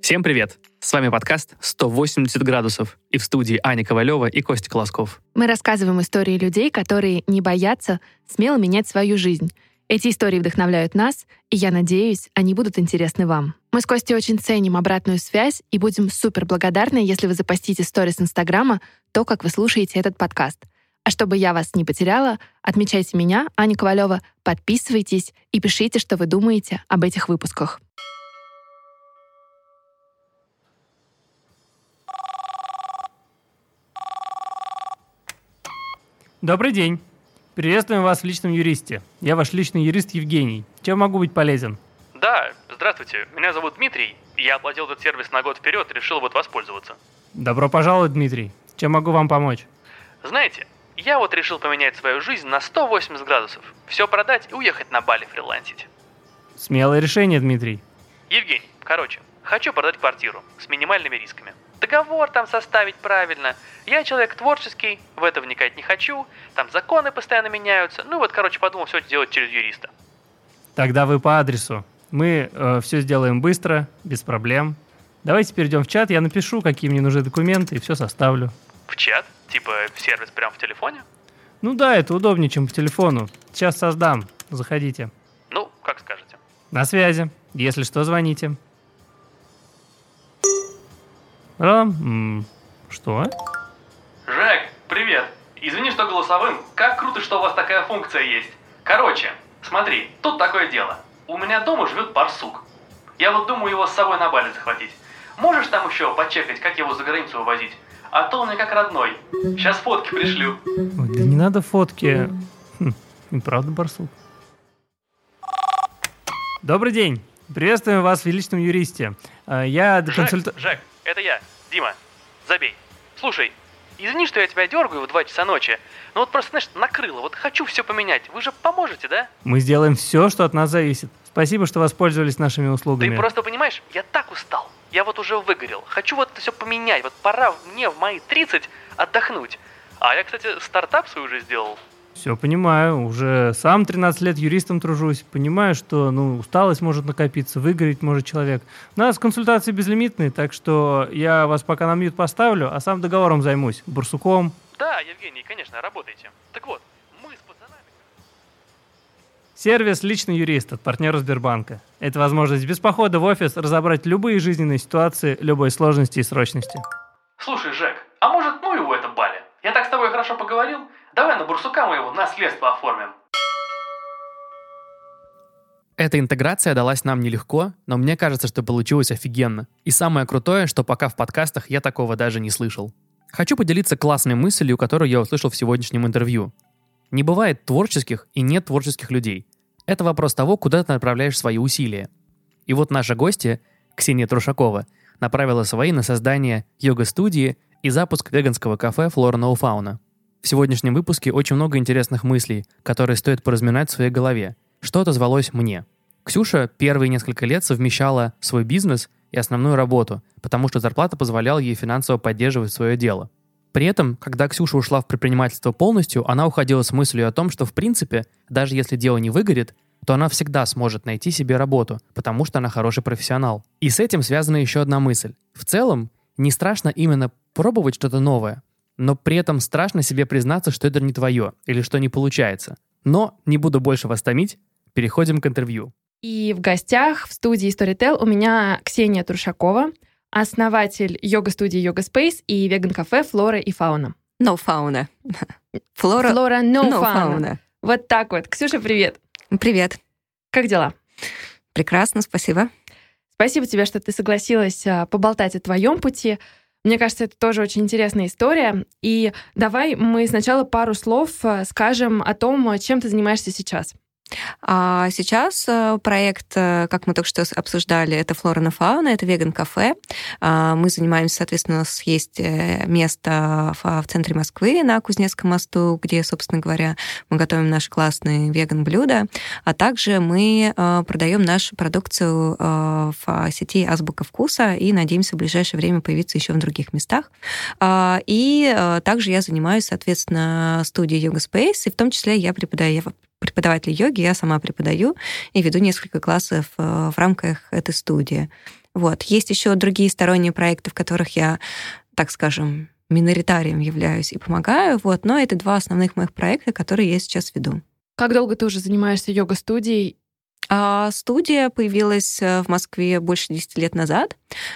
Всем привет! С вами подкаст «180 градусов» и в студии Аня Ковалева и Костя Колосков. Мы рассказываем истории людей, которые не боятся смело менять свою жизнь. Эти истории вдохновляют нас, и я надеюсь, они будут интересны вам. Мы с Костей очень ценим обратную связь и будем супер благодарны, если вы запостите сторис Инстаграма то, как вы слушаете этот подкаст. А чтобы я вас не потеряла, отмечайте меня, Аня Ковалева, подписывайтесь и пишите, что вы думаете об этих выпусках. Добрый день. Приветствуем вас в личном юристе. Я ваш личный юрист Евгений. Чем могу быть полезен? Да, здравствуйте. Меня зовут Дмитрий. Я оплатил этот сервис на год вперед и решил воспользоваться. Добро пожаловать, Дмитрий. Чем могу вам помочь? Знаете, я решил поменять свою жизнь на 180 градусов. Все продать и уехать на Бали фрилансить. Смелое решение, Дмитрий. Евгений, хочу продать квартиру с минимальными рисками. Договор там составить правильно. Я человек творческий, в это вникать не хочу. Там законы постоянно меняются. Подумал все это делать через юриста. Тогда вы по адресу. Мы все сделаем быстро, без проблем. Давайте перейдем в чат, я напишу, какие мне нужны документы, и все составлю. В чат? Типа в сервис прямо в телефоне? Ну да, это удобнее, чем по телефону. Сейчас создам. Заходите. Ну, как скажете. На связи. Если что, звоните. Что? Жек, привет. Извини, что голосовым. Как круто, что у вас такая функция есть. Смотри, тут такое дело. У меня дома живет барсук. Я думаю его с собой на Бали захватить. Можешь там еще почекать, как его за границу вывозить? А то он мне как родной. Сейчас фотки пришлю. Ой, да не надо фотки. И правда барсук. Добрый день. Приветствуем вас в личном юристе. Жек, это я, Дима. Забей. Слушай, извини, что я тебя дергаю в 2 часа ночи, но просто, накрыло. Хочу все поменять. Вы же поможете, да? Мы сделаем все, что от нас зависит. Спасибо, что воспользовались нашими услугами. Ты просто понимаешь, я так устал. Я уже выгорел. Хочу это все поменять. Пора мне в мои 30 отдохнуть. А я, кстати, стартап свой уже сделал. Все понимаю. Уже сам 13 лет юристом тружусь. Понимаю, что усталость может накопиться, выгореть может человек. У нас консультации безлимитные, так что я вас пока на мьют поставлю, а сам договором займусь. Барсуком. Да, Евгений, конечно, работайте. Так вот, мы с пацанами... Сервис «Личный юрист» от партнера Сбербанка. Это возможность без похода в офис разобрать любые жизненные ситуации, любой сложности и срочности. Слушай, Жек, а может, его это Бали? Я так с тобой хорошо поговорил. Давай на барсука моего наследство оформим. Эта интеграция далась нам нелегко, но мне кажется, что получилось офигенно. И самое крутое, что пока в подкастах я такого даже не слышал. Хочу поделиться классной мыслью, которую я услышал в сегодняшнем интервью. Не бывает творческих и нет творческих людей. Это вопрос того, куда ты направляешь свои усилия. И наша гостья, Ксения Трушакова, направила свои на создание йога-студии и запуск веганского кафе «Flora No Fauna». В сегодняшнем выпуске очень много интересных мыслей, которые стоит поразминать в своей голове. Что отозвалось мне? Ксюша первые несколько лет совмещала свой бизнес и основную работу, потому что зарплата позволяла ей финансово поддерживать свое дело. При этом, когда Ксюша ушла в предпринимательство полностью, она уходила с мыслью о том, что в принципе, даже если дело не выгорит, то она всегда сможет найти себе работу, потому что она хороший профессионал. И с этим связана еще одна мысль. В целом, не страшно именно пробовать что-то новое, но при этом страшно себе признаться, что это не твое или что не получается. Но не буду больше вас томить, переходим к интервью. И в гостях в студии Storytel у меня Ксения Трушакова, основатель йога-студии Yoga Space и веган-кафе Flora и Fauna. No Fauna. Flora No Fauna. Вот так вот. Ксюша, привет. Привет. Как дела? Прекрасно, спасибо. Спасибо тебе, что ты согласилась поболтать о твоем пути. Мне кажется, это тоже очень интересная история. И давай мы сначала пару слов скажем о том, чем ты занимаешься сейчас. А сейчас проект, как мы только что обсуждали, это Flora No Fauna, это веган-кафе. Мы занимаемся, соответственно, у нас есть место в центре Москвы на Кузнецком мосту, где, собственно говоря, мы готовим наши классные веган-блюда, а также мы продаем нашу продукцию в сети «Азбука вкуса» и надеемся в ближайшее время появиться еще в других местах. И также я занимаюсь, соответственно, студией Yoga Space, и в том числе я преподаватель йоги, я сама преподаю и веду несколько классов в рамках этой студии. Вот. Есть еще другие сторонние проекты, в которых я, так скажем, миноритарием являюсь и помогаю, вот. Но это 2 основных моих проекта, которые я сейчас веду. Как долго ты уже занимаешься йога-студией? Студия появилась в Москве больше 10 лет назад.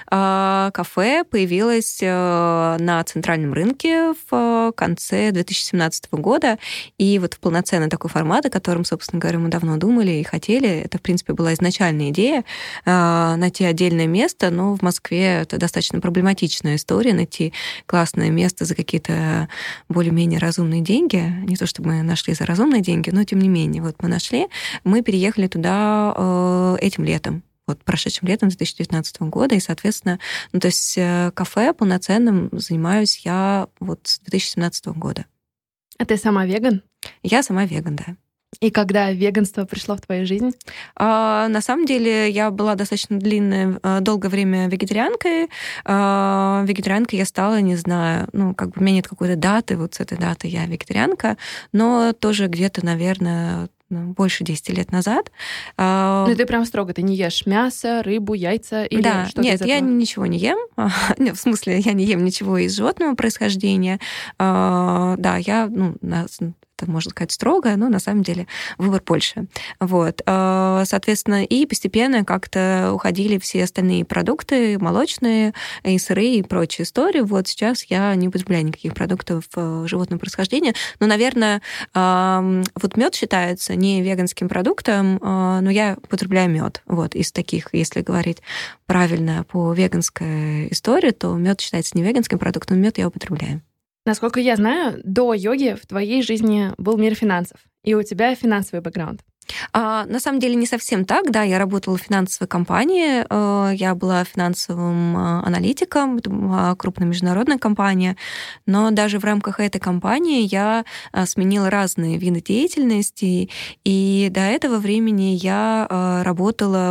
Кафе появилось на центральном рынке в конце 2017 года. И вот в полноценный такой формат, о котором, собственно говоря, мы давно думали и хотели, это, в принципе, была изначальная идея найти отдельное место, но в Москве это достаточно проблематичная история, найти классное место за какие-то более-менее разумные деньги. Не то чтобы мы нашли за разумные деньги, но тем не менее. Вот мы нашли, мы переехали туда этим летом. Вот прошедшим летом 2019 года, и, соответственно, то есть кафе полноценным занимаюсь я вот с 2017 года. А ты сама веган? Я сама веган, да. И когда веганство пришло в твою жизнь? На самом деле я была достаточно долгое время вегетарианкой. Вегетарианкой я стала, не знаю, у меня нет какой-то даты, вот с этой даты я вегетарианка, но тоже где-то, наверное, больше 10 лет назад. Ну, ты прям строго, ты не ешь мясо, рыбу, яйца или что-то из этого? Нет, я ничего не ем. В смысле, я не ем ничего из животного происхождения. Да, я, это можно сказать строго, но на самом деле выбор больше. Вот. Соответственно, и постепенно как-то уходили все остальные продукты, молочные, и сырые, и прочие истории. Вот сейчас я не употребляю никаких продуктов животного происхождения. Но, наверное, вот мед считается не веганским продуктом, но я употребляю мед. Вот, из таких, если говорить правильно по веганской истории, то мед считается не веганским продуктом, но мед я употребляю. Насколько я знаю, до йоги в твоей жизни был мир финансов, и у тебя финансовый бэкграунд. На самом деле не совсем так, да, я работала в финансовой компании, я была финансовым аналитиком, это была крупная международная компания, но даже в рамках этой компании я сменила разные виды деятельности, и до этого времени я работала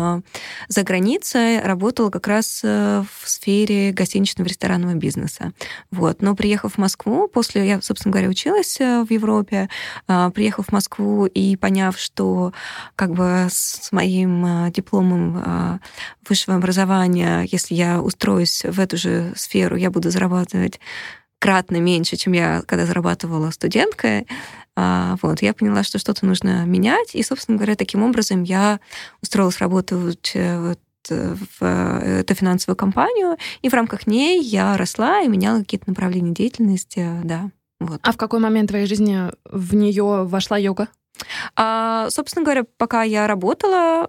за границей, работала как раз в сфере гостиничного ресторанного бизнеса. Вот. Но приехав в Москву, я, собственно говоря, училась в Европе, приехав в Москву и поняв, что как бы с моим дипломом высшего образования, если я устроюсь в эту же сферу, я буду зарабатывать кратно меньше, чем я когда зарабатывала студенткой. Вот, я поняла, что что-то нужно менять, и, собственно говоря, таким образом я устроилась работать в эту финансовую компанию, и в рамках ней я росла и меняла какие-то направления деятельности, да. Вот. А в какой момент твоей жизни в нее вошла йога? Собственно говоря, пока я работала,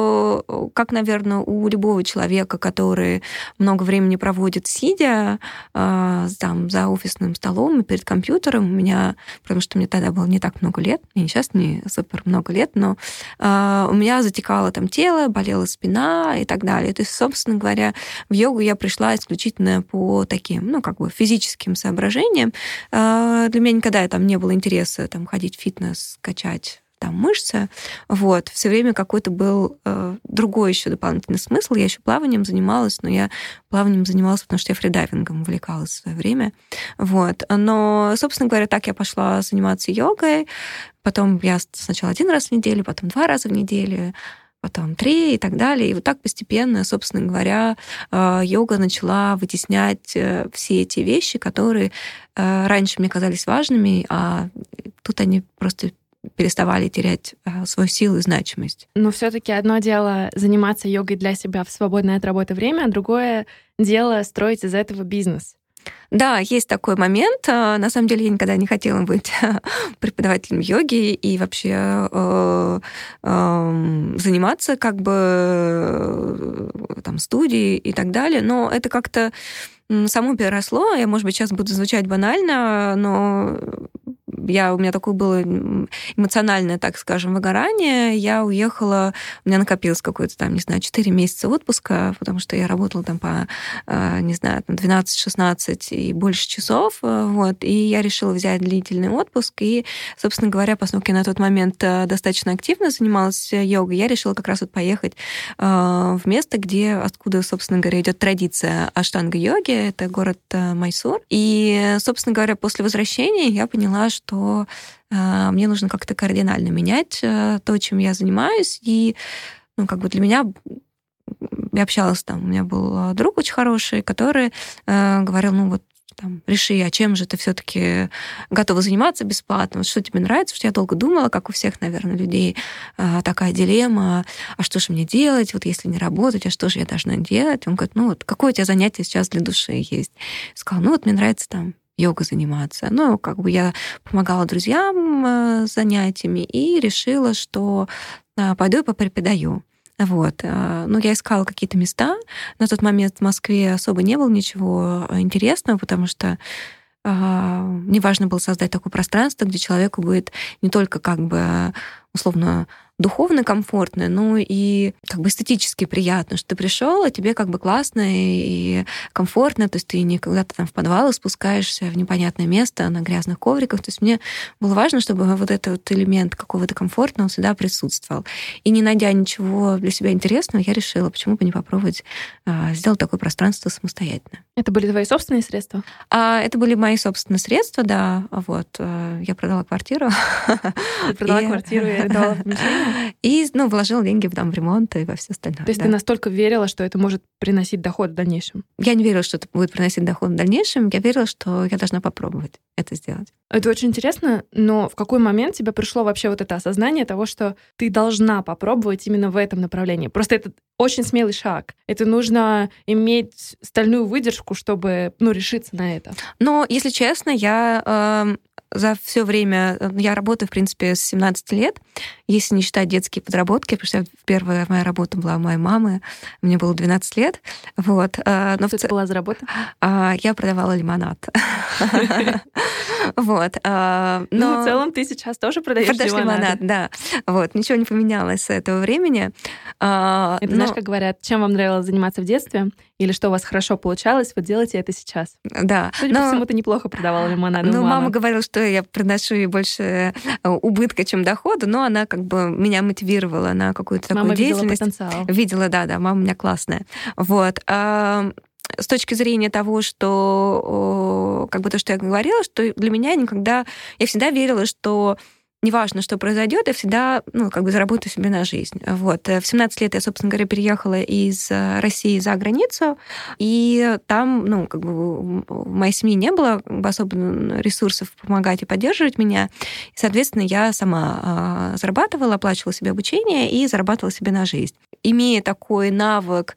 как, наверное, у любого человека, который много времени проводит сидя там, за офисным столом и перед компьютером, у меня, потому что мне тогда было не так много лет, мне сейчас не супер много лет, но у меня затекало там тело, болела спина и так далее. То есть, собственно говоря, в йогу я пришла исключительно по таким, физическим соображениям. Для меня никогда там не было интереса там, ходить в фитнес, качать там мышцы. Вот. Все время какой-то был другой еще дополнительный смысл. Я еще плаванием занималась, но я плаванием занималась, потому что я фридайвингом увлекалась в свое время. Вот. Но, собственно говоря, так я пошла заниматься йогой. Потом я сначала 1 раз в неделю, потом 2 раза в неделю, потом 3 и так далее. И вот так постепенно, собственно говоря, йога начала вытеснять все эти вещи, которые раньше мне казались важными, а тут они просто переставали терять свою силу и значимость. Но все-таки одно дело заниматься йогой для себя в свободное от работы время, а другое дело строить из этого бизнес. Да, есть такой момент. На самом деле я никогда не хотела быть преподавателем йоги и вообще заниматься как бы там студией и так далее, но это как-то само переросло. Я, может быть, сейчас буду звучать банально, но у меня такое было эмоциональное, так скажем, выгорание. Я уехала, у меня накопилось какое-то там, не знаю, 4 месяца отпуска, потому что я работала там по, не знаю, 12-16 и больше часов, вот, и я решила взять длительный отпуск, и, собственно говоря, поскольку я на тот момент достаточно активно занималась йогой, я решила как раз вот поехать в место, откуда, собственно говоря, идет традиция аштанга-йоги, это город Майсур. И, собственно говоря, после возвращения я поняла, что мне нужно как-то кардинально менять то, чем я занимаюсь. И для меня я общалась там, у меня был друг очень хороший, который говорил, ну вот, там, реши, а чем же ты все-таки готова заниматься бесплатно, что тебе нравится, потому что я долго думала, как у всех, наверное, людей, такая дилемма, а что же мне делать, вот если не работать, а что же я должна делать? Он говорит, ну вот, какое у тебя занятие сейчас для души есть? Я сказала, ну вот мне нравится там йогой заниматься. Ну, как бы я помогала друзьям с занятиями и решила, что пойду и попреподаю. Вот. Ну, я искала какие-то места. На тот момент в Москве особо не было ничего интересного, потому что мне важно было создать такое пространство, где человеку будет не только как бы условно духовно комфортно, но и как бы эстетически приятно, что ты пришел, а тебе как бы классно и комфортно, то есть ты не когда-то там в подвал спускаешься в непонятное место на грязных ковриках. То есть мне было важно, чтобы вот этот вот элемент какого-то комфорта, он всегда присутствовал. И не найдя ничего для себя интересного, я решила, почему бы не попробовать сделать такое пространство самостоятельно. Это были твои собственные средства? Это были мои собственные средства, да. Вот. Я продала квартиру. Ты продала квартиру и арендовала помещение? И, вложила деньги в ремонт и во все остальное. То есть ты настолько верила, что это может приносить доход в дальнейшем? Я не верила, что это будет приносить доход в дальнейшем. Я верила, что я должна попробовать это сделать. Это очень интересно, но в какой момент тебе пришло вообще вот это осознание того, что ты должна попробовать именно в этом направлении? Просто это очень смелый шаг. Это нужно иметь стальную выдержку, чтобы, решиться на это. Но, если честно, я за все время, я работаю, в принципе, с 17 лет, если не считать детские подработки, потому что первая моя работа была у моей мамы, мне было 12 лет. Вот. Но что это была за работа? Я продавала лимонад. Вот. Но в целом ты сейчас тоже продаешь лимонад. Да. Вот. Ничего не поменялось с этого времени. Это, знаешь, как говорят, чем вам нравилось заниматься в детстве, или что у вас хорошо получалось, вот делайте это сейчас. Да. Судя по всему, ты неплохо продавала лимонад. Мама говорила, что я приношу ей больше убытка, чем дохода, но она как бы меня мотивировала на какую-то такую деятельность. Мама видела потенциал. Видела, да, мама у меня классная. Вот. С точки зрения того, что как бы то, что я говорила, что для меня я всегда верила, что неважно, что произойдет, я всегда, заработаю себе на жизнь. Вот. В 17 лет я, собственно говоря, переехала из России за границу, и там, в моей семье не было особо ресурсов помогать и поддерживать меня. И, соответственно, я сама зарабатывала, оплачивала себе обучение и зарабатывала себе на жизнь. Имея такой навык,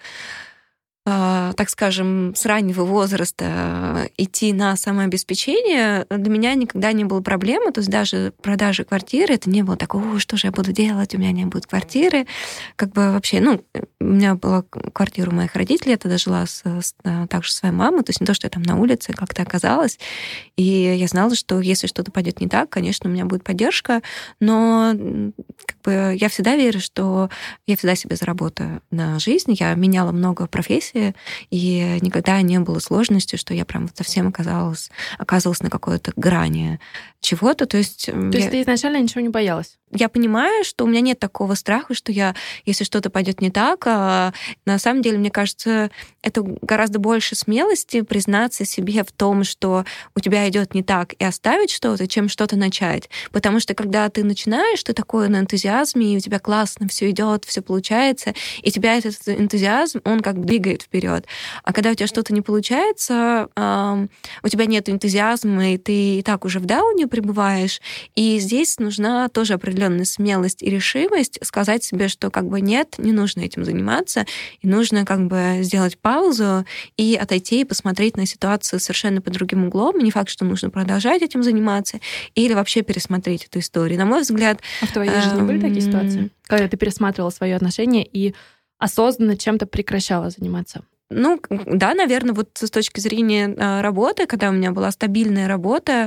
так скажем, с раннего возраста идти на самообеспечение, для меня никогда не было проблемы. То есть даже продажа квартиры, это не было такого, что же я буду делать, у меня не будет квартиры. Как бы вообще, у меня была квартира у моих родителей, я тогда жила также со своей мамой, то есть не то, что я там на улице как-то оказалась. И я знала, что если что-то пойдет не так, конечно, у меня будет поддержка, но я всегда верю, что я всегда себе заработаю на жизнь. Я меняла много профессий, и никогда не было сложности, что я прям совсем оказалась на какой-то грани чего-то. То есть ты изначально ничего не боялась? Я понимаю, что у меня нет такого страха, что если что-то пойдет не так, на самом деле, мне кажется, это гораздо больше смелости признаться себе в том, что у тебя идет не так, и оставить что-то, чем что-то начать. Потому что когда ты начинаешь, ты такой на энтузиазме, и у тебя классно все идет, все получается, и тебя этот энтузиазм, он как бы двигает вперед. А когда у тебя что-то не получается, у тебя нет энтузиазма, и ты и так уже в дауне пребываешь, и здесь нужна тоже определенная смелость и решимость сказать себе, что нет, не нужно этим заниматься, и нужно сделать паузу и отойти и посмотреть на ситуацию совершенно под другим углом. И не факт, что нужно продолжать этим заниматься или вообще пересмотреть эту историю. На мой взгляд... А в твоей жизни были такие ситуации, когда ты пересматривала свое отношение и осознанно чем-то прекращала заниматься? Да, наверное, вот с точки зрения работы, когда у меня была стабильная работа,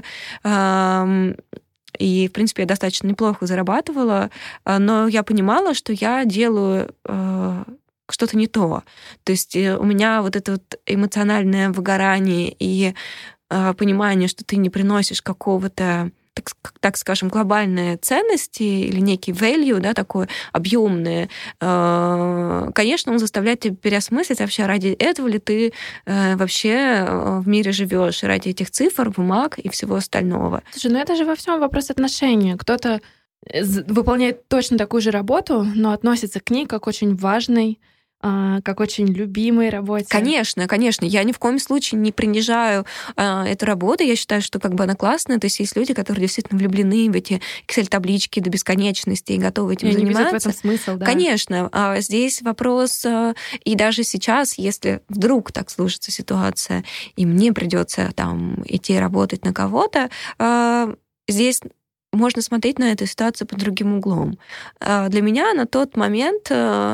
и, в принципе, я достаточно неплохо зарабатывала, но я понимала, что я делаю что-то не то. То есть у меня вот это вот эмоциональное выгорание и понимание, что ты не приносишь какого-то, так скажем, глобальные ценности или некий value, да, такое объемное, конечно, он заставляет тебя переосмыслить вообще, ради этого ли ты вообще в мире живешь, ради этих цифр, бумаг и всего остального. Слушай, это же во всем вопрос отношения. Кто-то выполняет точно такую же работу, но относится к ней как очень важной, как очень любимой работе. Конечно, конечно. Я ни в коем случае не принижаю эту работу. Я считаю, что как бы она классная. То есть есть люди, которые действительно влюблены в эти Excel-таблички до бесконечности и готовы этим заниматься. Они видят в этом смысл, да. Конечно. Здесь вопрос, и даже сейчас, если вдруг так сложится ситуация, и мне придется там идти работать на кого-то, здесь можно смотреть на эту ситуацию под другим углом. Для меня на тот момент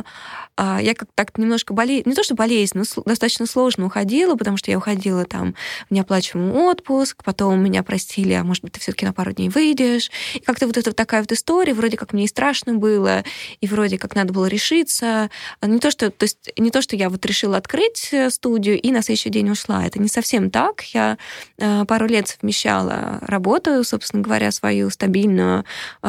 я как так немножко не то что болезненно, но достаточно сложно уходила, потому что я уходила там в неоплачиваемый отпуск, потом меня простили, а может быть, ты все-таки на пару дней выйдешь. И как-то вот это такая вот история, вроде как мне и страшно было, и вроде как надо было решиться. Не то, что я вот решила открыть студию и на следующий день ушла. Это не совсем так. Я пару лет совмещала работу, собственно говоря, свою стабильную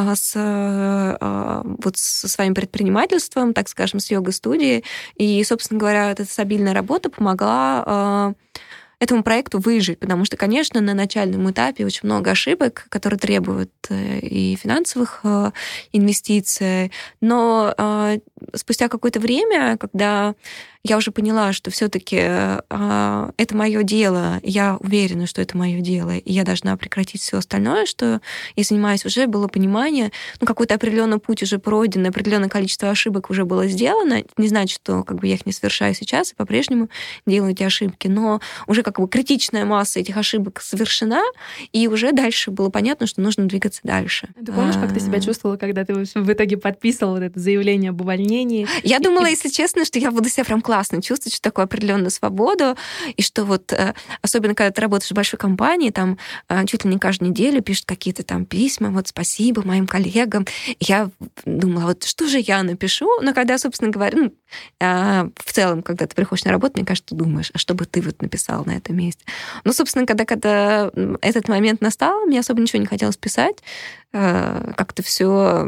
со своим предпринимательством, так скажем, с йога-студией. И, собственно говоря, эта стабильная работа помогла этому проекту выжить, потому что, конечно, на начальном этапе очень много ошибок, которые требуют и финансовых инвестиций, но спустя какое-то время, когда я уже поняла, что все-таки это мое дело, я уверена, что это мое дело, и я должна прекратить все остальное, что я занимаюсь, уже было понимание, какой-то определенный путь уже пройден, определенное количество ошибок уже было сделано. Не значит, что я их не совершаю сейчас и по-прежнему делаю эти ошибки, но уже критичная масса этих ошибок совершена, и уже дальше было понятно, что нужно двигаться дальше. Ты помнишь, как ты себя чувствовала, когда ты в итоге подписывала вот это заявление об увольнении? Я думала, если честно, что я буду себя прям классно чувствовать, что такую определенную свободу, и что особенно когда ты работаешь в большой компании, там чуть ли не каждую неделю пишут какие-то там письма, спасибо моим коллегам. Я думала, что же я напишу? Но когда, собственно говоря, в целом, когда ты приходишь на работу, мне кажется, ты думаешь, а что бы ты написал на этом месте? Собственно, когда этот момент настал, мне особо ничего не хотелось писать. Как-то все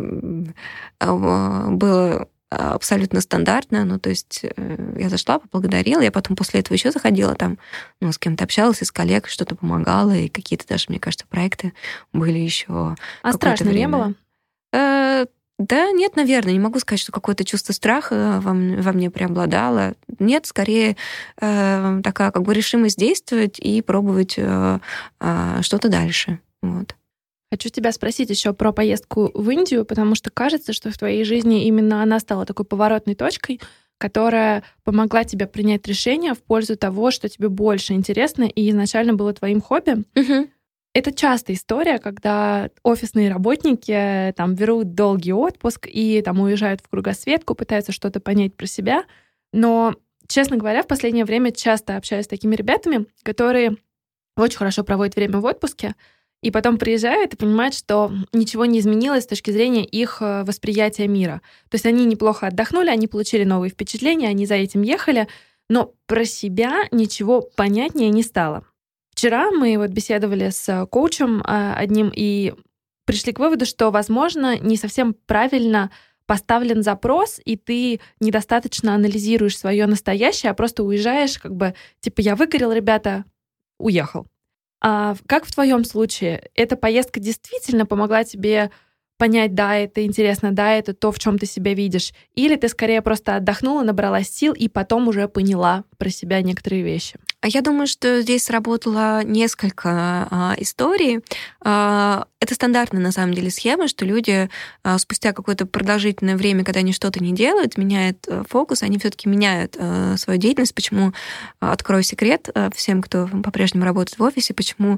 было абсолютно стандартно. То есть я зашла, поблагодарила, я потом после этого еще заходила там, с кем-то общалась, из коллег, что-то помогала, и какие-то даже, мне кажется, проекты были еще. А страшно не было? Да, нет, наверное, не могу сказать, что какое-то чувство страха во мне преобладало. Нет, скорее такая решимость действовать и пробовать что-то дальше. Вот. Хочу тебя спросить еще про поездку в Индию, потому что кажется, что в твоей жизни именно она стала такой поворотной точкой, которая помогла тебе принять решение в пользу того, что тебе больше интересно и изначально было твоим хобби. Угу. Это частая история, когда офисные работники берут долгий отпуск и уезжают в кругосветку, пытаются что-то понять про себя. Но, честно говоря, в последнее время часто общаюсь с такими ребятами, которые очень хорошо проводят время в отпуске, и потом приезжают и понимают, что ничего не изменилось с точки зрения их восприятия мира. То есть они неплохо отдохнули, они получили новые впечатления, они за этим ехали, но про себя ничего понятнее не стало. Вчера мы беседовали с коучем одним и пришли к выводу, что, возможно, не совсем правильно поставлен запрос, и ты недостаточно анализируешь свое настоящее, а просто уезжаешь, я выгорел, ребята, уехал. А как в твоем случае? Эта поездка действительно помогла тебе понять, да, это интересно, да, это то, в чем ты себя видишь? Или ты скорее просто отдохнула, набралась сил и потом уже поняла про себя некоторые вещи? Я думаю, что здесь сработало несколько историй. Это стандартная, на самом деле, схема, что люди спустя какое-то продолжительное время, когда они что-то не делают, меняют фокус, они все-таки меняют свою деятельность. Почему, открою секрет всем, кто по-прежнему работает в офисе, почему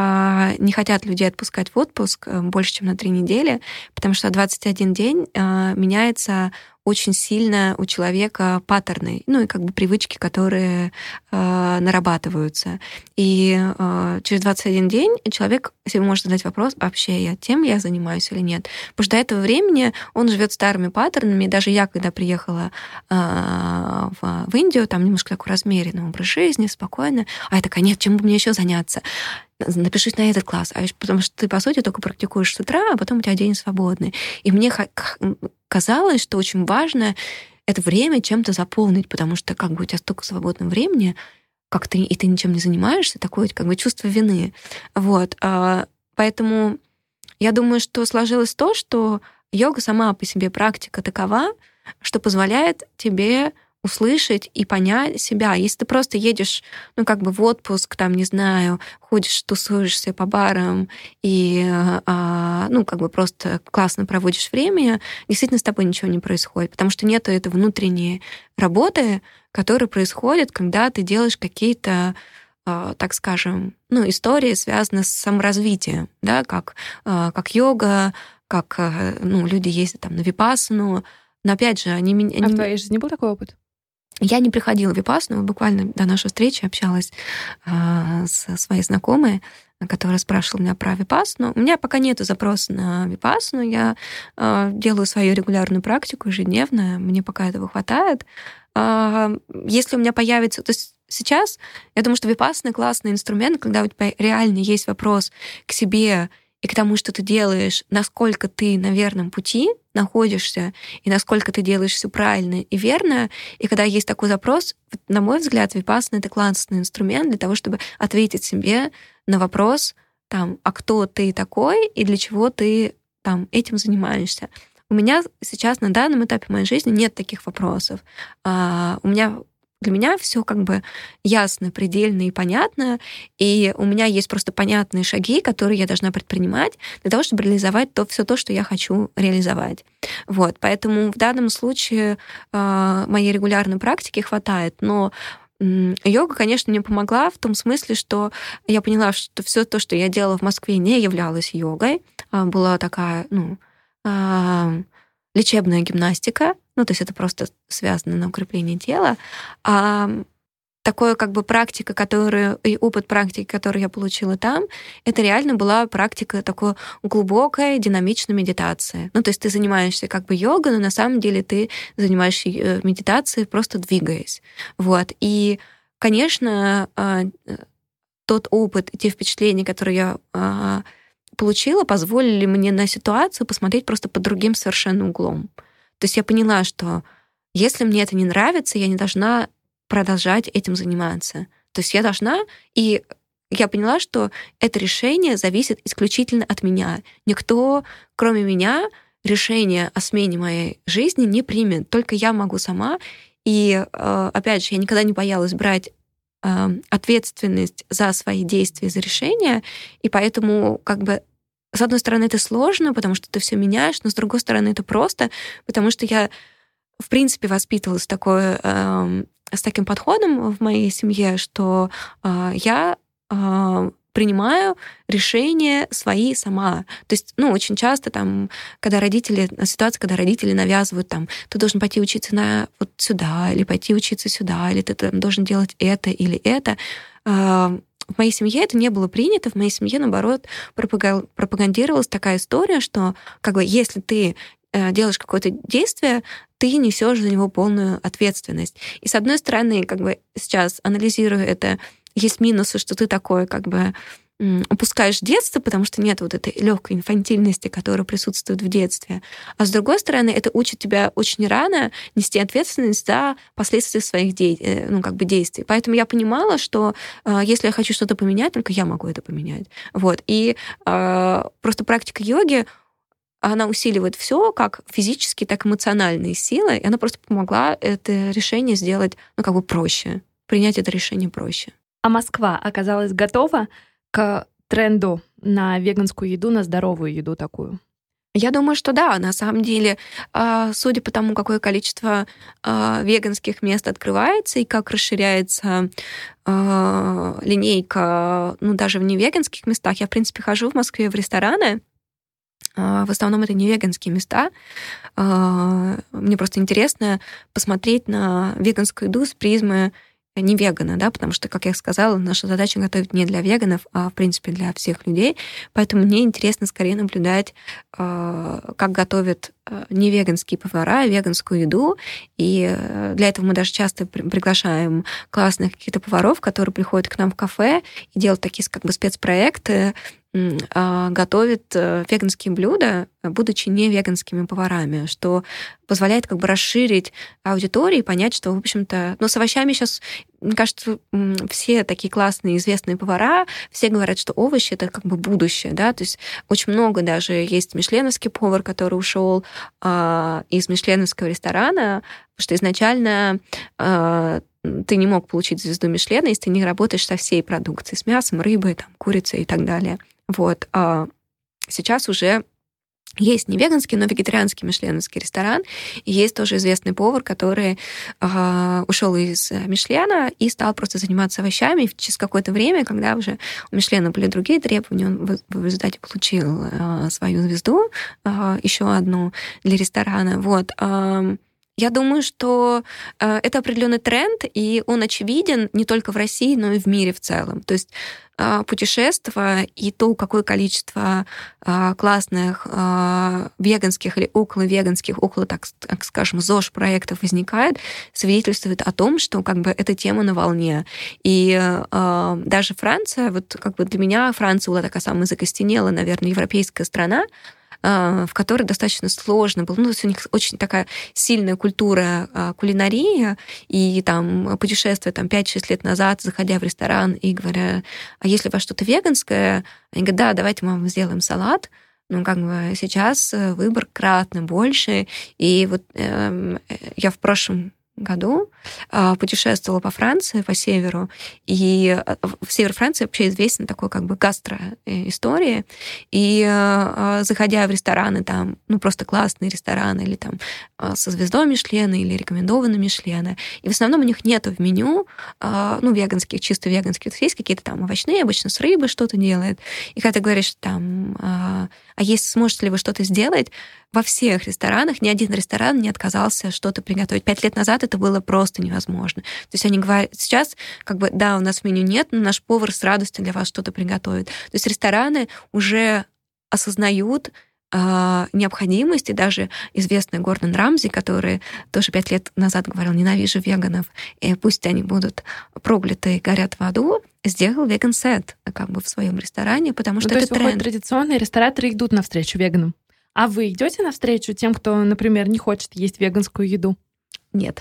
не хотят людей отпускать в отпуск больше, чем на 3 недели, потому что 21 день меняется очень сильно у человека паттерны, и привычки, которые нарабатываются. И через 21 день человек себе может задать вопрос, вообще тем я занимаюсь или нет. Потому что до этого времени он живет старыми паттернами. И даже я, когда приехала в Индию, там немножко такой размеренный образ жизни, спокойно, я такая, нет, чем бы мне еще заняться? Напишись на этот класс, потому что ты, по сути, только практикуешь с утра, а потом у тебя день свободный. И мне казалось, что очень важно это время чем-то заполнить, потому что у тебя столько свободного времени, и ты ничем не занимаешься, такое чувство вины. Вот. Поэтому я думаю, что сложилось то, что йога сама по себе практика такова, что позволяет тебе услышать и понять себя. Если ты просто едешь, в отпуск, не знаю, ходишь, тусуешься по барам и, просто классно проводишь время, действительно с тобой ничего не происходит, потому что нету этой внутренней работы, которая происходит, когда ты делаешь какие-то, так скажем, истории, связанные с саморазвитием, да, как йога, как люди ездят на випассану. Но опять же, они... А в твоей жизни был такой опыт? Я не приходила в випассану, буквально до нашей встречи общалась со своей знакомой, которая спрашивала меня про випассану. У меня пока нету запроса на випассану, я делаю свою регулярную практику ежедневно, мне пока этого хватает. Если у меня появится... То есть сейчас, я думаю, что випассана — классный инструмент, когда у тебя реально есть вопрос к себе и к тому, что ты делаешь, насколько ты на верном пути находишься, и насколько ты делаешь все правильно и верно. И когда есть такой запрос, на мой взгляд, випассана — это классный инструмент для того, чтобы ответить себе на вопрос, а кто ты такой и для чего ты этим занимаешься. У меня сейчас на данном этапе моей жизни нет таких вопросов. Для меня все ясно, предельно и понятно, и у меня есть просто понятные шаги, которые я должна предпринимать для того, чтобы реализовать все то, что я хочу реализовать. Вот. Поэтому в данном случае моей регулярной практики хватает, но йога, конечно, мне помогла в том смысле, что я поняла, что все то, что я делала в Москве, не являлось йогой. Была такая, лечебная гимнастика, то есть это просто связано на укрепление тела. А такое практика, и опыт практики, который я получила там, это реально была практика такой глубокой, динамичной медитации. То есть ты занимаешься йогой, но на самом деле ты занимаешься медитацией, просто двигаясь. Вот. И, конечно, тот опыт и те впечатления, которые я получила, позволили мне на ситуацию посмотреть просто под другим совершенно углом. То есть я поняла, что если мне это не нравится, я не должна продолжать этим заниматься. То есть я должна... И я поняла, что это решение зависит исключительно от меня. Никто, кроме меня, решение о смене моей жизни не примет. Только я могу сама. И, опять же, я никогда не боялась брать ответственность за свои действия, за решения. И поэтому с одной стороны, это сложно, потому что ты все меняешь, но с другой стороны, это просто, потому что я, в принципе, воспитывалась с таким подходом в моей семье, что я принимаю решения свои сама. То есть, очень часто когда родители навязывают, ты должен пойти учиться вот сюда, или пойти учиться сюда, или ты должен делать это или это. В моей семье это не было принято. В моей семье, наоборот, пропагандировалась такая история, что если ты делаешь какое-то действие, ты несешь за него полную ответственность. И с одной стороны, сейчас, анализируя это, есть минусы, что ты такой упускаешь детство, потому что нет вот этой легкой инфантильности, которая присутствует в детстве. А с другой стороны, это учит тебя очень рано нести ответственность за последствия своих действий. Поэтому я понимала, что если я хочу что-то поменять, только я могу это поменять. Вот. И просто практика йоги, она усиливает все, как физические, так и эмоциональные силы, и она просто помогла это решение сделать проще, принять это решение проще. А Москва оказалась готова к тренду на веганскую еду, на здоровую еду такую? Я думаю, что да. На самом деле, судя по тому, какое количество веганских мест открывается и как расширяется линейка, даже в невеганских местах. Я, в принципе, хожу в Москве в рестораны. В основном это не веганские места. Мне просто интересно посмотреть на веганскую еду с призмы не вегана, да, потому что, как я сказала, наша задача готовить не для веганов, а, в принципе, для всех людей. Поэтому мне интересно скорее наблюдать, как готовят невеганские повара веганскую еду. И для этого мы даже часто приглашаем классных каких-то поваров, которые приходят к нам в кафе и делают такие спецпроекты, готовят веганские блюда, будучи не веганскими поварами, что позволяет как бы расширить аудиторию и понять, что, в общем-то... с овощами сейчас, мне кажется, все такие классные известные повара, все говорят, что овощи — это как бы будущее, да, то есть очень много даже есть мишленовский повар, который ушел из мишленовского ресторана, потому что изначально ты не мог получить звезду Мишлена, если ты не работаешь со всей продукцией, с мясом, рыбой, там, курицей и так далее. Вот. А сейчас уже есть не веганский, но вегетарианский мишленовский ресторан. И есть тоже известный повар, который ушел из Мишлена и стал просто заниматься овощами. И через какое-то время, когда уже у Мишлена были другие требования, он в результате получил свою звезду, еще одну для ресторана. Вот. Я думаю, что это определенный тренд, и он очевиден не только в России, но и в мире в целом. То есть путешествия и то, какое количество классных веганских или около веганских, так скажем, ЗОЖ-проектов возникает, свидетельствует о том, что как бы эта тема на волне. И даже Франция, вот как бы для меня Франция была такая самая закостенелая, наверное, европейская страна, в которой достаточно сложно было. То есть у них очень такая сильная культура кулинарии, и там путешествия 5-6 лет назад, заходя в ресторан и говоря, а если у вас что-то веганское? Они говорят, да, давайте мы вам сделаем салат. Как бы сейчас выбор кратно больше. И вот я в прошлом году путешествовала по Франции, по северу, и север Франции вообще известен такой как бы гастро-истории, и заходя в рестораны там, просто классные рестораны, или там со звездой Мишлена, или рекомендованные Мишлена, и в основном у них нету в меню, веганских, чисто веганских, есть какие-то там овощные, обычно с рыбы что-то делают, и когда ты говоришь там, а если сможете ли вы что-то сделать, во всех ресторанах ни один ресторан не отказался что-то приготовить. 5 лет назад это было просто невозможно. То есть они говорят, сейчас как бы, да, у нас в меню нет, но наш повар с радостью для вас что-то приготовит. То есть рестораны уже осознают необходимость, и даже известный Гордон Рамзи, который тоже 5 лет назад говорил, ненавижу веганов, и пусть они будут прокляты и горят в аду, сделал веган-сет как бы в своем ресторане, потому что это тренд. Традиционные рестораторы идут навстречу веганам. А вы идете навстречу тем, кто, например, не хочет есть веганскую еду? Нет.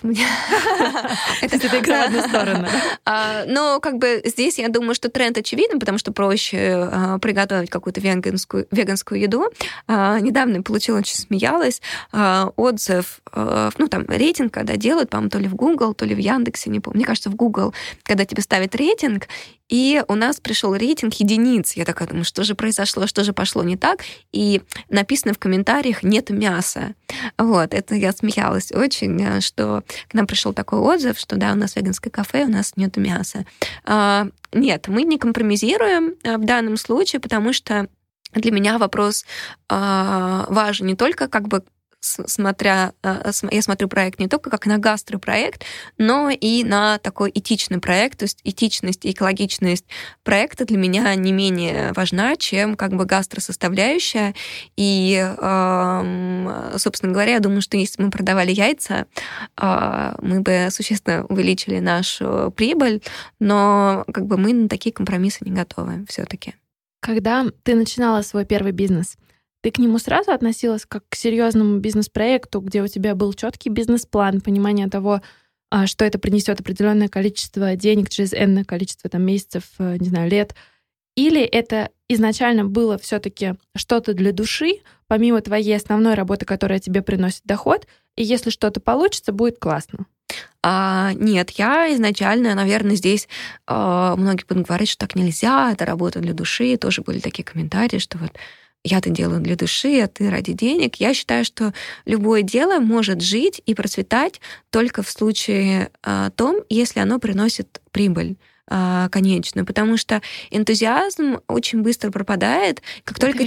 Это игра в одну сторону. Но как бы здесь я думаю, что тренд очевиден, потому что проще приготовить какую-то веганскую еду. Недавно получила, очень смеялась, отзыв, рейтинг, когда делают, по-моему, то ли в Google, то ли в Яндексе, не помню. Мне кажется, в Google, когда тебе ставят рейтинг, и у нас пришел рейтинг единиц. Я такая думаю, что же произошло, что же пошло не так? И написано в комментариях «нет мяса». Вот, это я смеялась очень, что к нам пришел такой отзыв, что да, у нас веганское кафе, у нас нет мяса. Нет, мы не компромиссируем в данном случае, потому что для меня вопрос важен не только как бы я смотрю проект не только как на гастропроект, но и на такой этичный проект. То есть этичность и экологичность проекта для меня не менее важна, чем как бы гастросоставляющая. И, собственно говоря, я думаю, что если мы продавали яйца, мы бы существенно увеличили нашу прибыль, но как бы мы на такие компромиссы не готовы все-таки. Когда ты начинала свой первый бизнес, ты к нему сразу относилась как к серьезному бизнес-проекту, где у тебя был четкий бизнес-план, понимание того, что это принесет определенное количество денег через энное количество месяцев, не знаю, лет? Или это изначально было все-таки что-то для души, помимо твоей основной работы, которая тебе приносит доход, и если что-то получится, будет классно? Нет, я изначально, наверное, здесь многие будут говорить, что так нельзя, это работа для души. Тоже были такие комментарии, что вот я-то делаю для души, а ты ради денег. Я считаю, что любое дело может жить и процветать только в случае том, если оно приносит прибыль конечную, потому что энтузиазм очень быстро пропадает, как только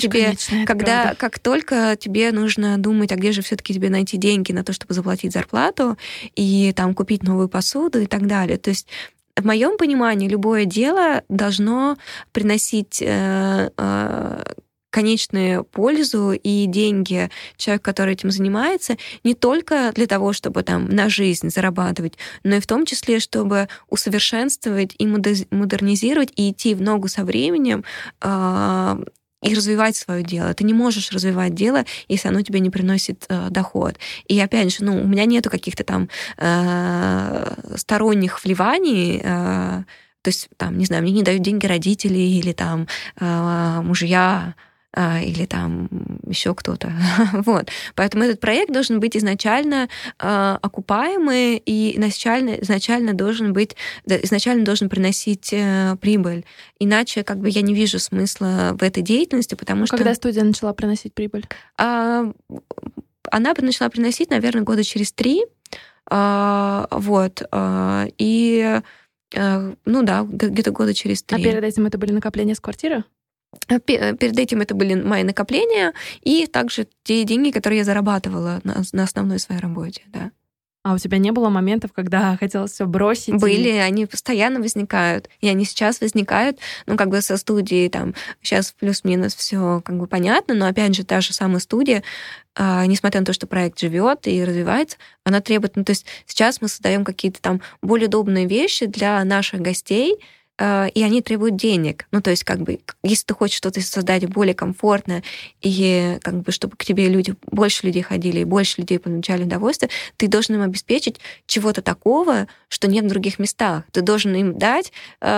тебе нужно думать, а где же все-таки тебе найти деньги на то, чтобы заплатить зарплату и там купить новую посуду и так далее. То есть в моем понимании любое дело должно приносить конечную пользу и деньги человек, который этим занимается, не только для того, чтобы там на жизнь зарабатывать, но и в том числе, чтобы усовершенствовать и модернизировать, и идти в ногу со временем, и развивать свое дело. Ты не можешь развивать дело, если оно тебе не приносит доход. И опять же, у меня нету каких-то там сторонних вливаний, то есть, там, не знаю, мне не дают деньги родители или там мужья, или там еще кто-то. Вот. Поэтому этот проект должен быть изначально окупаемый и изначально должен приносить прибыль. Иначе как бы я не вижу смысла в этой деятельности, потому что... Когда студия начала приносить прибыль? Она начала приносить, наверное, года через 3. Вот. И где-то года через 3. А перед этим это были накопления с квартиры? Перед этим это были мои накопления и также те деньги, которые я зарабатывала на основной своей работе, да. А у тебя не было моментов, когда хотелось все бросить? Были, они постоянно возникают, и они сейчас возникают, как бы со студией там сейчас плюс-минус все как бы понятно, но опять же та же самая студия, несмотря на то, что проект живет и развивается, она требует, то есть сейчас мы создаем какие-то там более удобные вещи для наших гостей, и они требуют денег. То есть, как бы, если ты хочешь что-то создать более комфортное, и как бы, чтобы к тебе больше людей ходили, и больше людей получали удовольствие, ты должен им обеспечить чего-то такого, что нет в других местах. Ты должен им дать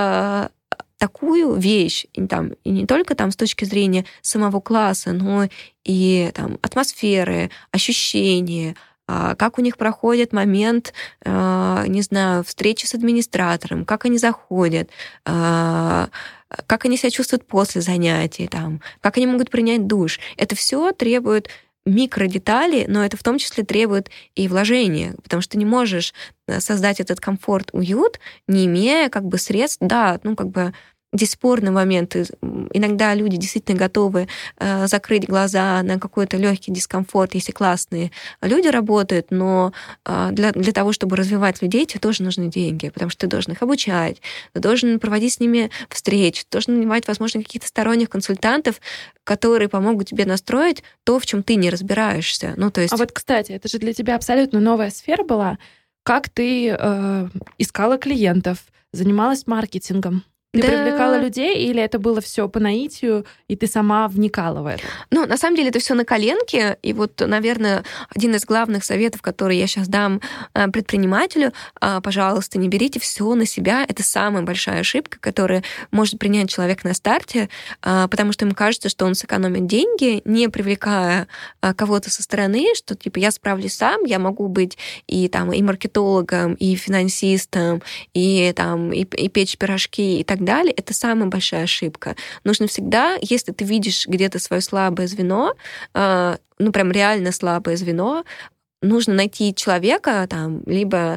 такую вещь, и не только там с точки зрения самого класса, но и там атмосферы, ощущения, как у них проходит момент, не знаю, встречи с администратором, как они заходят, как они себя чувствуют после занятий, как они могут принять душ. Это все требует микродеталей, но это в том числе требует и вложения, потому что ты не можешь создать этот комфорт, уют, не имея как бы средств, здесь спорный момент. Иногда люди действительно готовы закрыть глаза на какой-то легкий дискомфорт, если классные люди работают, но для того, чтобы развивать людей, тебе тоже нужны деньги, потому что ты должен их обучать, ты должен проводить с ними встречи, ты должен нанимать, возможно, каких-то сторонних консультантов, которые помогут тебе настроить то, в чем ты не разбираешься. А вот, кстати, это же для тебя абсолютно новая сфера была. Как ты искала клиентов, занималась маркетингом? Ты привлекала людей, или это было все по наитию, и ты сама вникала в это? На самом деле это все на коленке. И вот, наверное, один из главных советов, который я сейчас дам предпринимателю, пожалуйста, не берите все на себя. Это самая большая ошибка, которую может принять человек на старте, потому что ему кажется, что он сэкономит деньги, не привлекая кого-то со стороны, что типа я справлюсь сам, я могу быть и маркетологом, и финансистом, и печь пирожки и так далее. Это самая большая ошибка. Нужно всегда, если ты видишь где-то свое слабое звено, прям реально слабое звено, нужно найти человека либо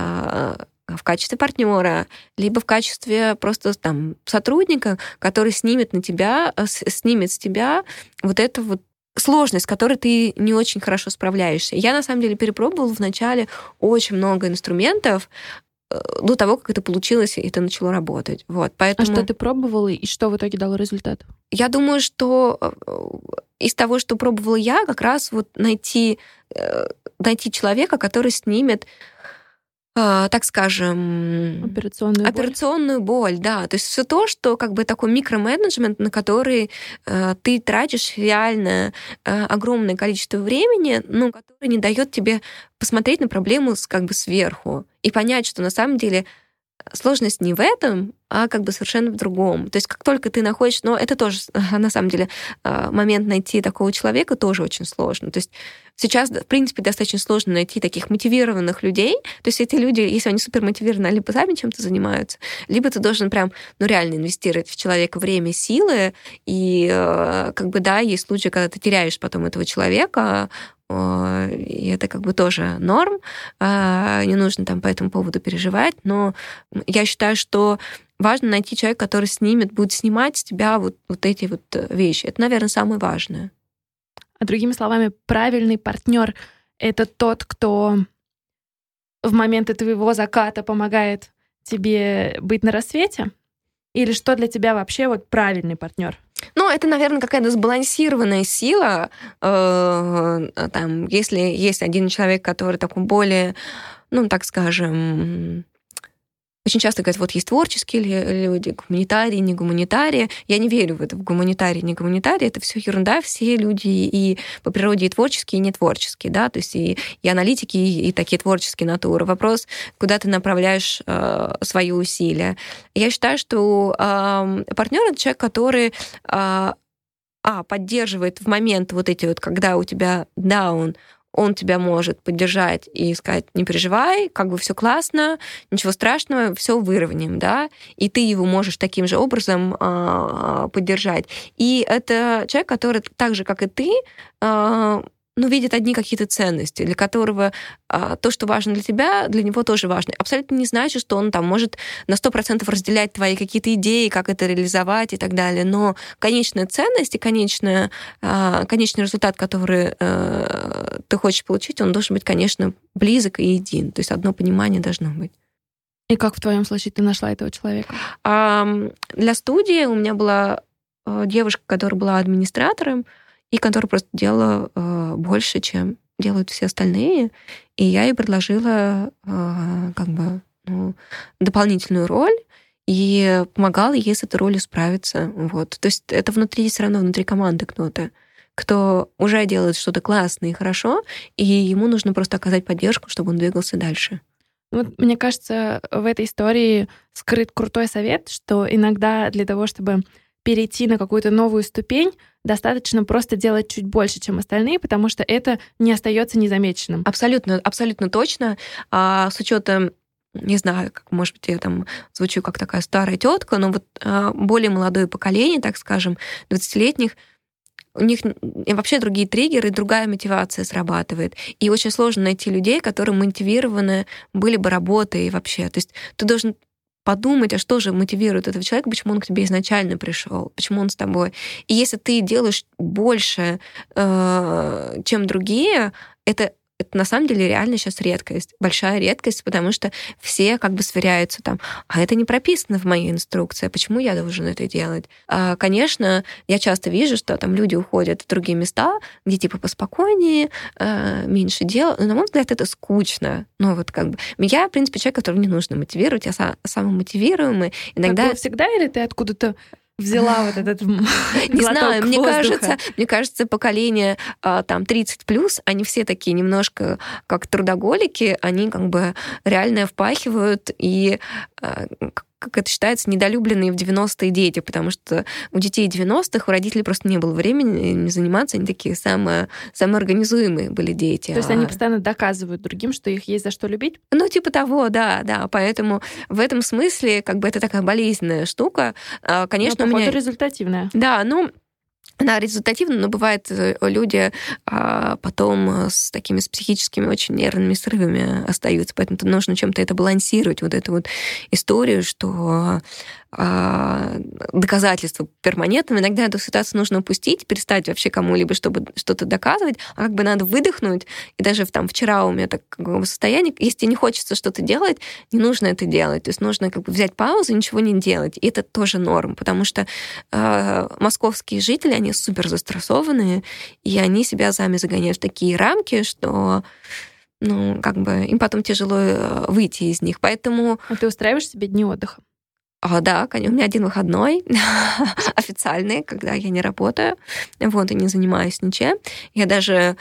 в качестве партнера, либо в качестве просто сотрудника, который снимет с тебя вот эту вот сложность, с которой ты не очень хорошо справляешься. Я, на самом деле, перепробовала вначале очень много инструментов, до того, как это получилось, и это начало работать. Поэтому... А что ты пробовала, и что в итоге дало результат? Я думаю, что из того, что пробовала я, как раз найти человека, который снимет, так скажем, операционную боль, да. То есть все то, что как бы такой микроменеджмент, на который ты тратишь реально огромное количество времени, но который не дает тебе посмотреть на проблему сверху и понять, что на самом деле сложность не в этом, а как бы совершенно в другом. То есть как только ты находишь... Но это тоже, на самом деле, момент найти такого человека тоже очень сложно. То есть сейчас, в принципе, достаточно сложно найти таких мотивированных людей. То есть эти люди, если они супермотивированы, либо сами чем-то занимаются, либо ты должен прям, реально инвестировать в человека время, силы. И есть случаи, когда ты теряешь потом этого человека, и это как бы тоже норм, не нужно по этому поводу переживать, но я считаю, что важно найти человека, который будет снимать с тебя вот эти вот вещи. Это, наверное, самое важное. А другими словами, правильный партнер — это тот, кто в моменты твоего заката помогает тебе быть на рассвете? Или что для тебя вообще правильный партнер? Ну, это, наверное, какая-то сбалансированная сила. Там, если есть один человек, который такой более, ну, так скажем, очень часто говорят, вот есть творческие люди, гуманитарии, не гуманитарии. Я не верю в это, в гуманитарии, не гуманитарии. Это все ерунда. Все люди и по природе и творческие, и не творческие, да, то есть и аналитики, и такие творческие натуры. Вопрос, куда ты направляешь свои усилия. Я считаю, что партнер — это человек, который поддерживает в момент вот эти вот, когда у тебя даун, он тебя может поддержать и сказать: не переживай, как бы все классно, ничего страшного, все выровняем, да, и ты его можешь таким же образом поддержать. И это человек, который так же, как и ты, видит одни какие-то ценности, для которого то, что важно для тебя, для него тоже важно. Абсолютно не значит, что он там может на 100% разделять твои какие-то идеи, как это реализовать и так далее. Но конечная ценность и конечный результат, который ты хочешь получить, он должен быть, конечно, близок и един. То есть одно понимание должно быть. И как в твоем случае ты нашла этого человека? Для студии у меня была девушка, которая была администратором, и которая просто делала больше, чем делают все остальные. И я ей предложила дополнительную роль и помогала ей с этой ролью справиться. Вот. То есть это все равно внутри команды кто уже делает что-то классное и хорошо, и ему нужно просто оказать поддержку, чтобы он двигался дальше. Вот, мне кажется, в этой истории скрыт крутой совет, что иногда для того, чтобы перейти на какую-то новую ступень, достаточно просто делать чуть больше, чем остальные, потому что это не остается незамеченным. Абсолютно, абсолютно точно. С учетом, не знаю, как, может быть, я там звучу как такая старая тетка, но вот более молодое поколение, так скажем, 20-летних, у них вообще другие триггеры, другая мотивация срабатывает. И очень сложно найти людей, которые мотивированы были бы работой вообще. То есть ты должен подумать, а что же мотивирует этого человека, почему он к тебе изначально пришел, почему он с тобой. И если ты делаешь больше, чем другие, это на самом деле реально сейчас редкость, большая редкость, потому что все как бы сверяются там, а это не прописано в моей инструкции, почему я должен это делать? Конечно, я часто вижу, что там люди уходят в другие места, где типа поспокойнее, меньше дел, но, на мой взгляд, это скучно. Ну вот как бы я, в принципе, человек, которого не нужно мотивировать, я самомотивируемый. Иногда... Так всегда или ты откуда-то взяла вот этот не знаю, мне кажется, поколение там 30+, они все такие немножко как трудоголики, они как бы реально впахивают и, как это считается, недолюбленные в 90-е дети, потому что у детей 90-х, у родителей просто не было времени не заниматься, они такие самоорганизуемые были дети. То есть они постоянно доказывают другим, что их есть за что любить? Ну, типа того, да. Поэтому в этом смысле как бы это такая болезненная штука. Конечно, но, походу, результативная. Да, она результативна, но бывает, люди потом с такими с психическими очень нервными срывами остаются, поэтому нужно чем-то это балансировать, вот эту вот историю, что доказательства перманентным. Иногда эту ситуацию нужно упустить, перестать вообще кому-либо, чтобы что-то доказывать, а как бы надо выдохнуть. И даже там вчера у меня такое состояние, если тебе не хочется что-то делать, не нужно это делать. То есть нужно как бы взять паузу, ничего не делать. И это тоже норм, потому что московские жители, они супер застрессованные, и они себя сами загоняют в такие рамки, что как бы им потом тяжело выйти из них. Поэтому... А ты устраиваешь себе дни отдыха? Да, конечно, у меня один выходной официальный, когда я не работаю, и не занимаюсь ничем. Я даже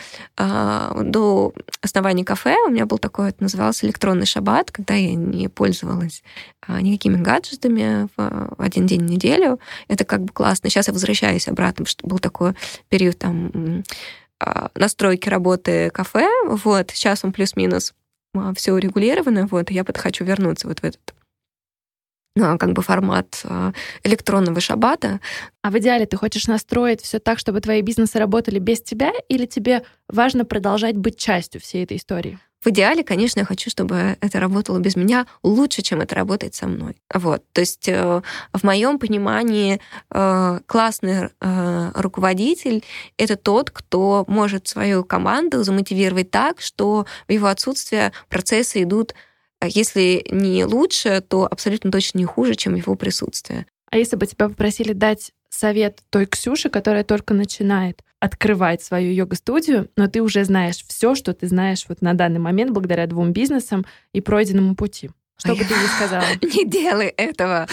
до основания кафе у меня был такой, это назывался электронный шаббат, когда я не пользовалась никакими гаджетами в один день в неделю. Это как бы классно. Сейчас я возвращаюсь обратно, потому что был такой период там настройки работы кафе. Сейчас он плюс-минус все урегулировано. Я хочу вернуться в этот как бы формат электронного шаббата. А в идеале ты хочешь настроить все так, чтобы твои бизнесы работали без тебя, или тебе важно продолжать быть частью всей этой истории? В идеале, конечно, я хочу, чтобы это работало без меня лучше, чем это работает со мной. То есть в моем понимании классный руководитель — это тот, кто может свою команду замотивировать так, что в его отсутствие процессы идут, если не лучше, то абсолютно точно не хуже, чем его присутствие. А если бы тебя попросили дать совет той Ксюши, которая только начинает открывать свою йога-студию, но ты уже знаешь все, что ты знаешь вот на данный момент благодаря 2 бизнесам и пройденному пути? Что бы ты ей сказала? Не делай этого.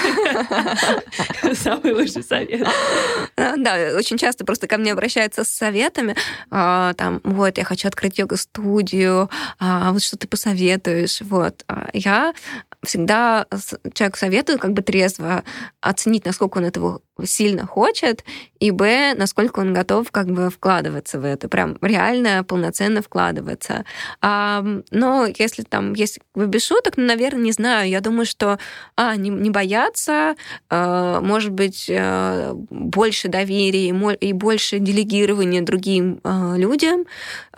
Самый лучший совет. Да, очень часто просто ко мне обращаются с советами. Там, вот, я хочу открыть йога-студию, вот что ты посоветуешь. Вот. Я всегда человеку советую как бы трезво оценить, насколько он этого сильно хочет, и б, насколько он готов как бы вкладываться в это, прям реально полноценно вкладываться. Но если там есть без шуток, наверное, не знаю, я думаю, что не бояться, может быть, больше доверия и больше делегирования другим людям,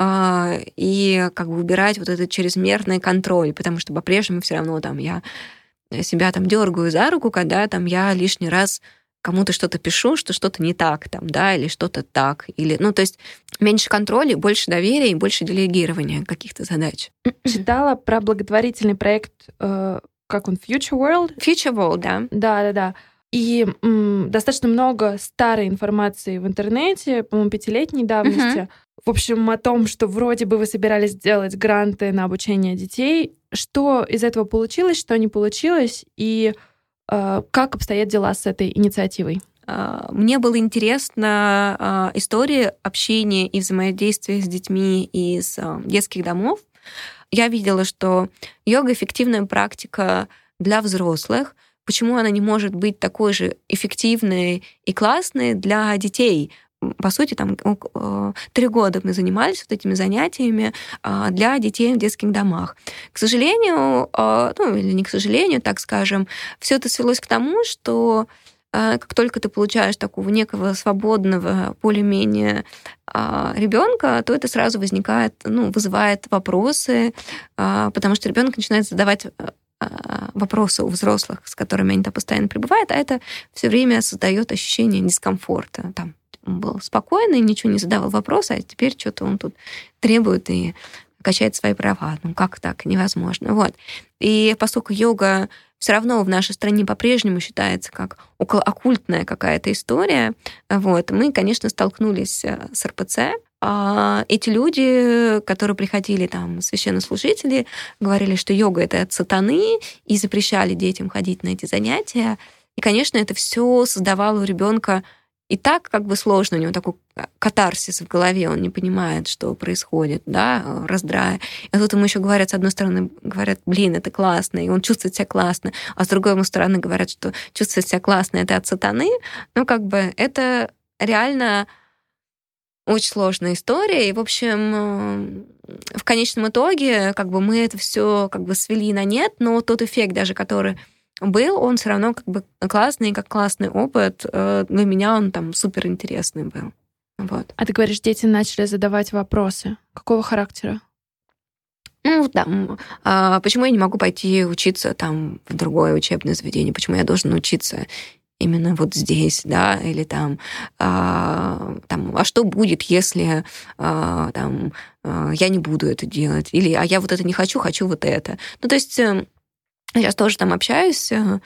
и как бы убирать вот этот чрезмерный контроль, потому что по-прежнему все равно там я себя там дергаю за руку, когда там я лишний раз кому-то что-то пишу, что что-то не так там, да, или что-то так, или, ну, то есть меньше контроля, больше доверия и больше делегирования каких-то задач. Читала про благотворительный проект, как он, Future World? Future World, да. Да. И достаточно много старой информации в интернете, по-моему, 5-летней давности. В общем, о том, что вроде бы вы собирались сделать гранты на обучение детей. Что из этого получилось, что не получилось, и как обстоят дела с этой инициативой? Мне было интересно история общения и взаимодействия с детьми из детских домов. Я видела, что йога — эффективная практика для взрослых. Почему она не может быть такой же эффективной и классной для детей? По сути, там 3 года мы занимались вот этими занятиями для детей в детских домах. К сожалению, ну или не к сожалению, так скажем, все это свелось к тому, что как только ты получаешь такого некого свободного, более-менее ребенка, то это сразу возникает, вызывает вопросы, потому что ребенок начинает задавать вопросы у взрослых, с которыми они там постоянно пребывают, а это все время создает ощущение дискомфорта. Там он был спокойный, ничего не задавал вопроса, а теперь что-то он тут требует и качает свои права. Ну как так? Невозможно. Вот. И поскольку йога все равно в нашей стране по-прежнему считается как оккультная какая-то история, вот, мы, конечно, столкнулись с РПЦ. Эти люди, которые приходили, там, священнослужители, говорили, что йога — это от сатаны, и запрещали детям ходить на эти занятия. И, конечно, это все создавало у ребенка и так как бы сложно, у него такой катарсис в голове, он не понимает, что происходит, да, раздрая. И тут ему еще говорят, с одной стороны, говорят, блин, это классно, и он чувствует себя классно, а с другой стороны говорят, что чувствовать себя классно — это от сатаны. Ну, как бы это реально очень сложная история. И, в общем, в конечном итоге как бы мы это все как бы свели на нет, но тот эффект даже, который был, он все равно как бы классный, как классный опыт. Для меня он там супер интересный был. Вот. А ты говоришь, дети начали задавать вопросы. Какого характера? Ну, там, почему я не могу пойти учиться там в другое учебное заведение? Почему я должен учиться именно вот здесь, да? Или там, а что будет, если там, я не буду это делать? Или, а я вот это не хочу, хочу вот это. Ну, то есть я тоже там общаюсь с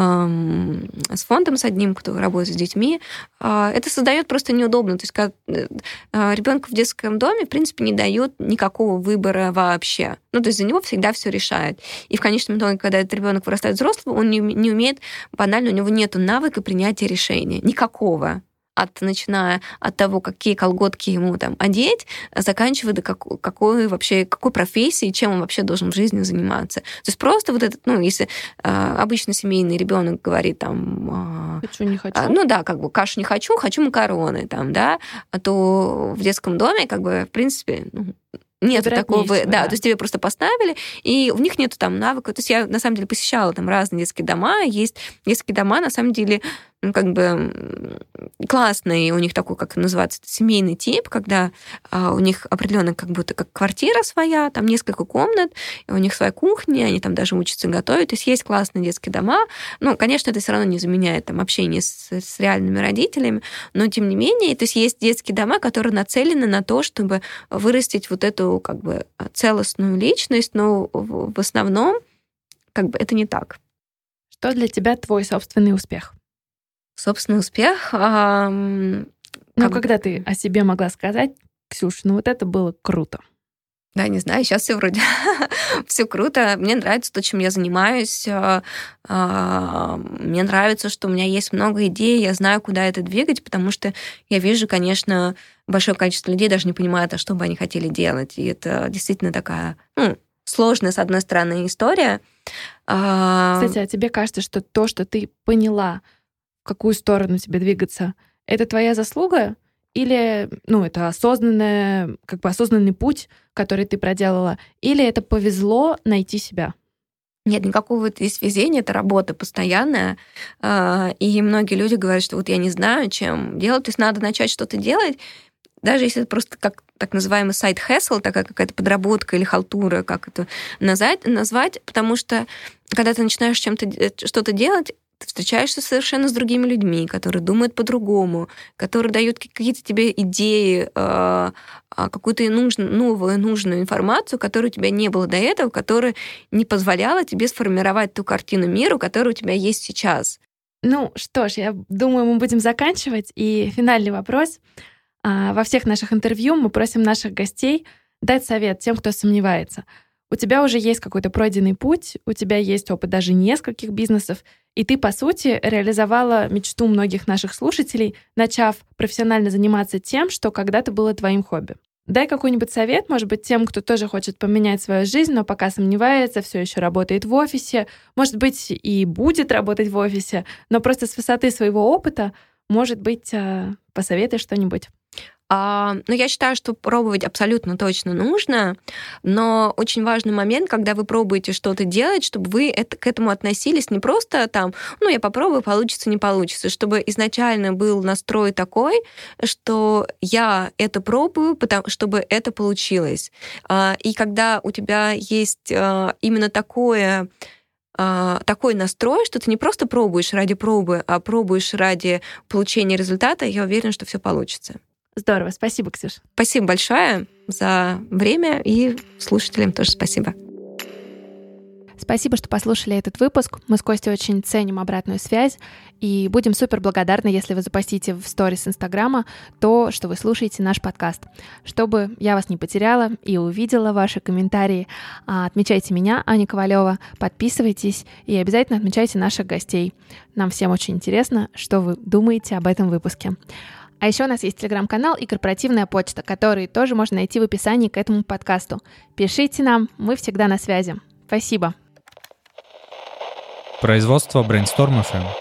фондом, с одним, кто работает с детьми. Это создает просто неудобно. То есть, когда ребенку в детском доме, в принципе, не дают никакого выбора вообще. Ну, то есть за него всегда все решает. И в конечном итоге, когда этот ребенок вырастает взрослым, он не умеет, банально, у него нет навыка принятия решения. Никакого. Начиная от того, какие колготки ему там одеть, заканчивая до какой профессии, чем он вообще должен в жизни заниматься. То есть просто вот этот, если обычно семейный ребенок говорит там... Хочу, не хочу. Как бы кашу не хочу, хочу макароны, там, да, то в детском доме, как бы, в принципе... Нет такого, да, то есть тебе просто поставили, и у них нету там навыка. То есть я, на самом деле, посещала там разные детские дома. Есть детские дома, на самом деле, как бы классный, у них такой, как называется, семейный тип, когда у них определенно как будто как квартира своя, там несколько комнат, у них своя кухня, они там даже учатся готовить. То есть классные детские дома. Ну, конечно, это все равно не заменяет там общение с реальными родителями, но тем не менее, то есть детские дома, которые нацелены на то, чтобы вырастить вот эту как бы целостную личность, но в основном как бы это не так. Что для тебя твой собственный успех? Собственный успех. Когда ты о себе могла сказать, Ксюш, ну вот это было круто. Да, не знаю, сейчас все вроде все круто. Мне нравится то, чем я занимаюсь. Мне нравится, что у меня есть много идей, я знаю, куда это двигать, потому что я вижу, конечно, большое количество людей даже не понимает, а что бы они хотели делать. И это действительно такая сложная, с одной стороны, история. Кстати, а тебе кажется, что то, что ты поняла, в какую сторону тебе двигаться, это твоя заслуга? Или, это осознанный путь, который ты проделала? Или это повезло найти себя? Нет, никакого здесь везения, это работа постоянная. И многие люди говорят, что вот я не знаю, чем делать. То есть надо начать что-то делать, даже если это просто как так называемый сайд-хесл, такая какая-то подработка или халтура, как это назвать, потому что когда ты начинаешь что-то делать, ты встречаешься совершенно с другими людьми, которые думают по-другому, которые дают какие-то тебе идеи, какую-то нужную информацию, которой у тебя не было до этого, которая не позволяла тебе сформировать ту картину мира, которая у тебя есть сейчас. Ну что ж, я думаю, мы будем заканчивать. И финальный вопрос. Во всех наших интервью мы просим наших гостей дать совет тем, кто сомневается. У тебя уже есть какой-то пройденный путь, у тебя есть опыт даже нескольких бизнесов, и ты, по сути, реализовала мечту многих наших слушателей, начав профессионально заниматься тем, что когда-то было твоим хобби. Дай какой-нибудь совет, может быть, тем, кто тоже хочет поменять свою жизнь, но пока сомневается, все еще работает в офисе, может быть, и будет работать в офисе, но просто с высоты своего опыта, может быть, посоветуй что-нибудь. Я считаю, что пробовать абсолютно точно нужно, но очень важный момент, когда вы пробуете что-то делать, чтобы вы к этому относились не просто я попробую, получится, не получится, чтобы изначально был настрой такой, что я это пробую, чтобы это получилось. И когда у тебя есть именно такой настрой, что ты не просто пробуешь ради пробы, а пробуешь ради получения результата, я уверена, что все получится. Здорово. Спасибо, Ксюш. Спасибо большое за время, и слушателям тоже спасибо. Спасибо, что послушали этот выпуск. Мы с Костей очень ценим обратную связь и будем супер благодарны, если вы запостите в сторис Инстаграма то, что вы слушаете наш подкаст. Чтобы я вас не потеряла и увидела ваши комментарии, отмечайте меня, Аня Ковалева, подписывайтесь и обязательно отмечайте наших гостей. Нам всем очень интересно, что вы думаете об этом выпуске. А еще у нас есть телеграм-канал и корпоративная почта, которые тоже можно найти в описании к этому подкасту. Пишите нам, мы всегда на связи. Спасибо. Производство Brainstorm FM.